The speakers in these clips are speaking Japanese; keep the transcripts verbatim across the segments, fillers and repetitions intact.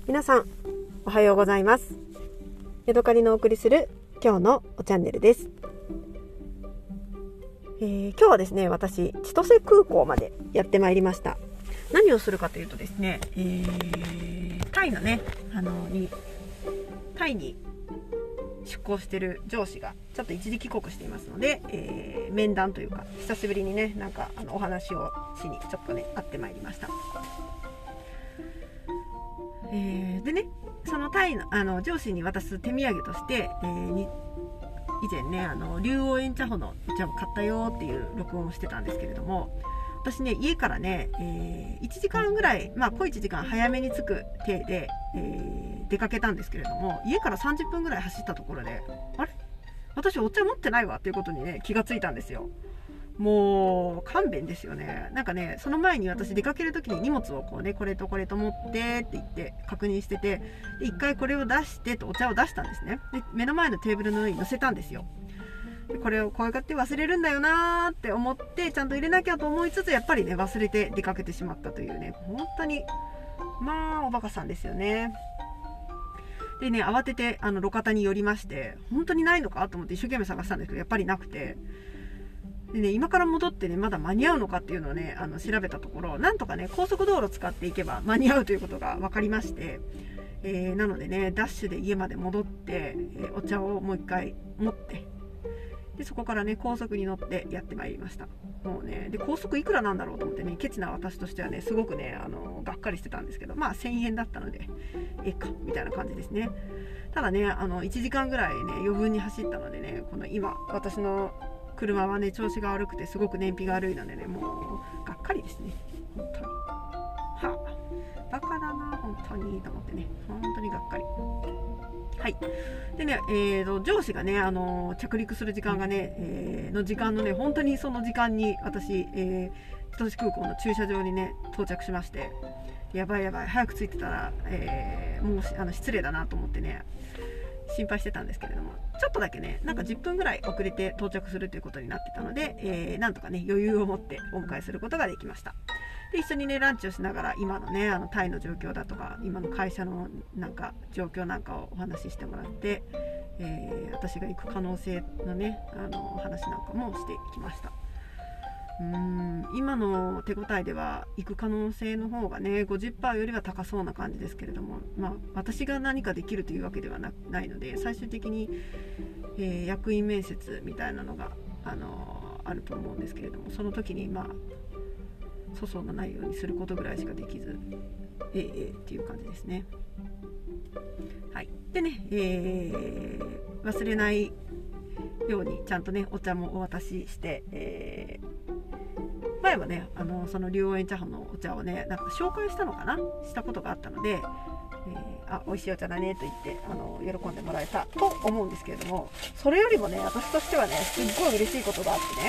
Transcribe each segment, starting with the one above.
皆さんおはようございます。ヤドカリのお送りする今日のおチャンネルです。えー、今日はですね、私千歳空港までやってまいりました。何をするかというとですね、えー、タイのねあのにタイに出向している上司がちょっと一時帰国していますので、えー、面談というか久しぶりにねなんかあのお話をしにちょっとね会ってまいりました。えー、でねそのタイ の, あの上司に渡す手土産として、えー、に以前ねあの竜王園茶舗のお茶を買ったよっていう録音をしてたんですけれども、私ね家からね、えー、いちじかんぐらい、まあ小いちじかん早めに着く体で、えー、出かけたんですけれども、家からさんじゅっぷんぐらい走ったところで、あれ私お茶持ってないわっていうことにね気がついたんですよ。もう勘弁ですよね。なんかねその前に私出かける時に荷物をこうねこれとこれと持ってって言って確認してて、で一回これを出してとお茶を出したんですね。で目の前のテーブルの上に乗せたんですよ。でこれをこうやって忘れるんだよなーって思ってちゃんと入れなきゃと思いつつ、やっぱりね忘れて出かけてしまったというね、本当にまあおバカさんですよね。でね慌ててあの路肩に寄りまして、本当にないのかと思って一生懸命探したんですけどやっぱりなくて、でね、今から戻ってねまだ間に合うのかっていうのをねあの調べたところ、なんとかね高速道路を使っていけば間に合うということが分かりまして、えー、なのでねダッシュで家まで戻って、えー、お茶をもう一回持って、でそこからね高速に乗ってやってまいりました。もうねで高速いくらなんだろうと思ってねケチな私としてはねすごくねあのがっかりしてたんですけど、まあせんえんだったのでええかみたいな感じですね。ただねあのいちじかんぐらいね余分に走ったのでね、この今私の車はね調子が悪くてすごく燃費が悪いのでね、もうがっかりですね本当に。はあバカだな本当にと思ってね、本当にがっかり。はいでね、えーと上司がねあの着陸する時間がね、えー、の時間のね本当にその時間に私、えー、千歳空港の駐車場にね到着しまして、やばいやばい早く着いてたら、えー、もうあの失礼だなと思ってね心配してたんですけれども、ちょっとだけねなんかじゅっぷんぐらい遅れて到着するということになってたので、えー、なんとかね余裕を持ってお迎えすることができました。で一緒にねランチをしながら今のねあのタイの状況だとか今の会社のなんか状況なんかをお話ししてもらって、えー、私が行く可能性のねあのお話なんかもしてきました。うーん今の手応えでは行く可能性の方がね ごじゅっパーセント よりは高そうな感じですけれども、まあ、私が何かできるというわけでは な, ないので最終的に、えー、役員面接みたいなのが、あのー、あると思うんですけれども、その時にまあ粗相のないようにすることぐらいしかできず、えー、えー、っていう感じですね。はいでね、えー、忘れないようにちゃんとねお茶もお渡しして、えー前はねあのその竜王園茶舗のお茶をねなんか紹介したのかなしたことがあったので、えー、あ美味しいお茶だねと言ってあの喜んでもらえたと思うんですけれども、それよりもね私としてはねすっごい嬉しいことがあってね、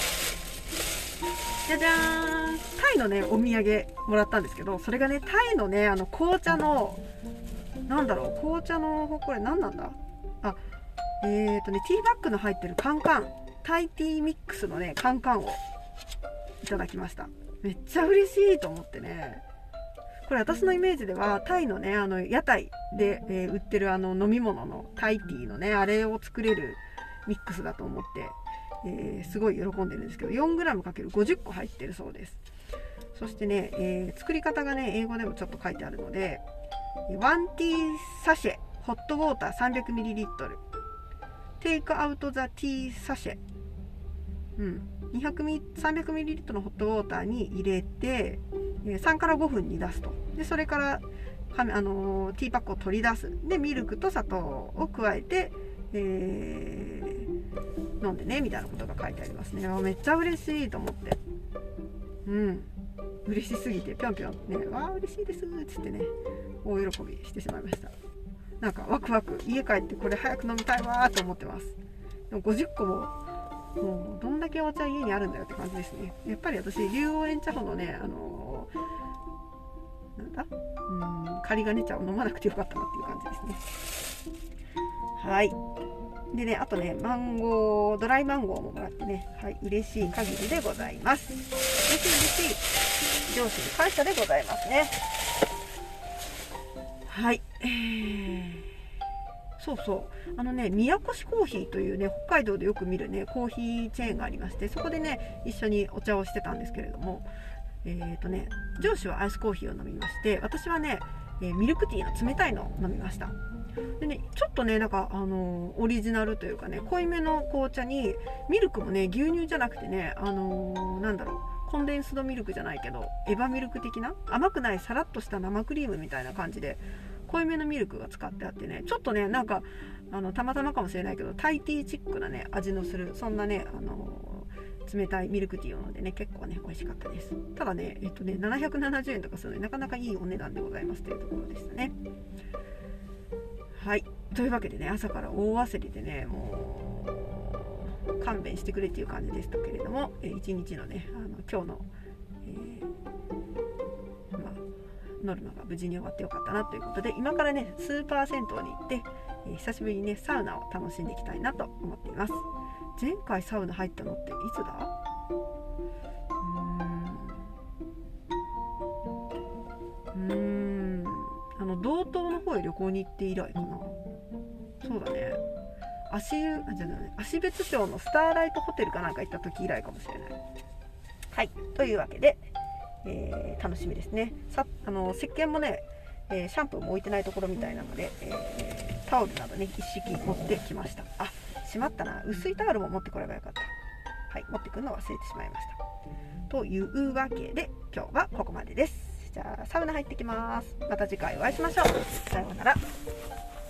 じゃじゃーんタイのねお土産もらったんですけど、それがねタイのねあの紅茶のなんだろう紅茶のこれ何なんだあえーとねティーバッグの入ってるカンカンタイティーミックスのねカンカンをいただきました。めっちゃ嬉しいと思ってね、これ私のイメージではタイのねあの屋台で、えー、売ってるあの飲み物のタイティーのねあれを作れるミックスだと思って、えー、すごい喜んでるんですけど よんグラムかけるごじゅっこ入ってるそうです。そしてね、えー、作り方がね英語でもちょっと書いてあるので、ワンティーサシェホットウォーター さんびゃくミリリットル テイクアウトザティーサシェ、うん、さんびゃくミリリットル のホットウォーターに入れてさんからごふん煮出すと。でそれからあのー、ティーパックを取り出す。でミルクと砂糖を加えて、えー、飲んでねみたいなことが書いてありますね。めっちゃ嬉しいと思って、うん嬉しすぎてぴょんぴょんねわー嬉しいですっつってね大喜びしてしまいました。なんかワクワク家帰ってこれ早く飲みたいわーと思ってます。でもごじゅっこももうどんだけお茶家にあるんだよって感じですね。やっぱり私竜王園茶舗のねあのー、なんだうん仮金茶を飲まなくてよかったなっていう感じですね。はいでねあとねマンゴードライマンゴーももらってね、はい嬉しい限りでございます。嬉しい嬉しい上司に感謝でございますね。 はい、えー、そうそう、あのね、宮越コーヒーというね、北海道でよく見るねコーヒーチェーンがありまして、そこでね一緒にお茶をしてたんですけれども、えーとね、上司はアイスコーヒーを飲みまして、私はね、えー、ミルクティーの冷たいのを飲みました。でね、ちょっとねなんか、あのー、オリジナルというかね、濃いめの紅茶にミルクもね牛乳じゃなくてね、あのー、なんだろう、コンデンスドミルクじゃないけどエバミルク的な甘くないさらっとした生クリームみたいな感じで濃いめのミルクが使ってあってね、ちょっとねなんかあのたまたまかもしれないけどタイティーチックなね味のする、そんなね、あのー、冷たいミルクティーを飲んでね、結構ね美味しかったです。ただねえっとねななひゃくななじゅうえんとかするので、なかなかいいお値段でございますというところでしたね。はい、というわけでね、朝から大焦りでね、もう勘弁してくれっていう感じでしたけれども、えー、一日のね、あの今日の、えーまあ、ノルマが無事に終わってよかったなということで、今からねスーパー銭湯に行って、えー、久しぶりにねサウナを楽しんでいきたいなと思っています。前回サウナ入ったのっていつだ？うーんうーんあの道東の方へ旅行に行って以来かな。そうだね、足湯あじゃない芦別町のスターライトホテルかなんか行った時以来かもしれない。はい、というわけで、えー、楽しみですね。さあの石鹸もね、えー、シャンプーも置いてないところみたいなので、えー、タオルなどね一式持ってきました。あ、しまったな、薄いタオルも持ってこればよかった。はい、持ってくるの忘れてしまいました。というわけで今日はここまでです。じゃあサウナ入ってきます。また次回お会いしましょう。さようなら。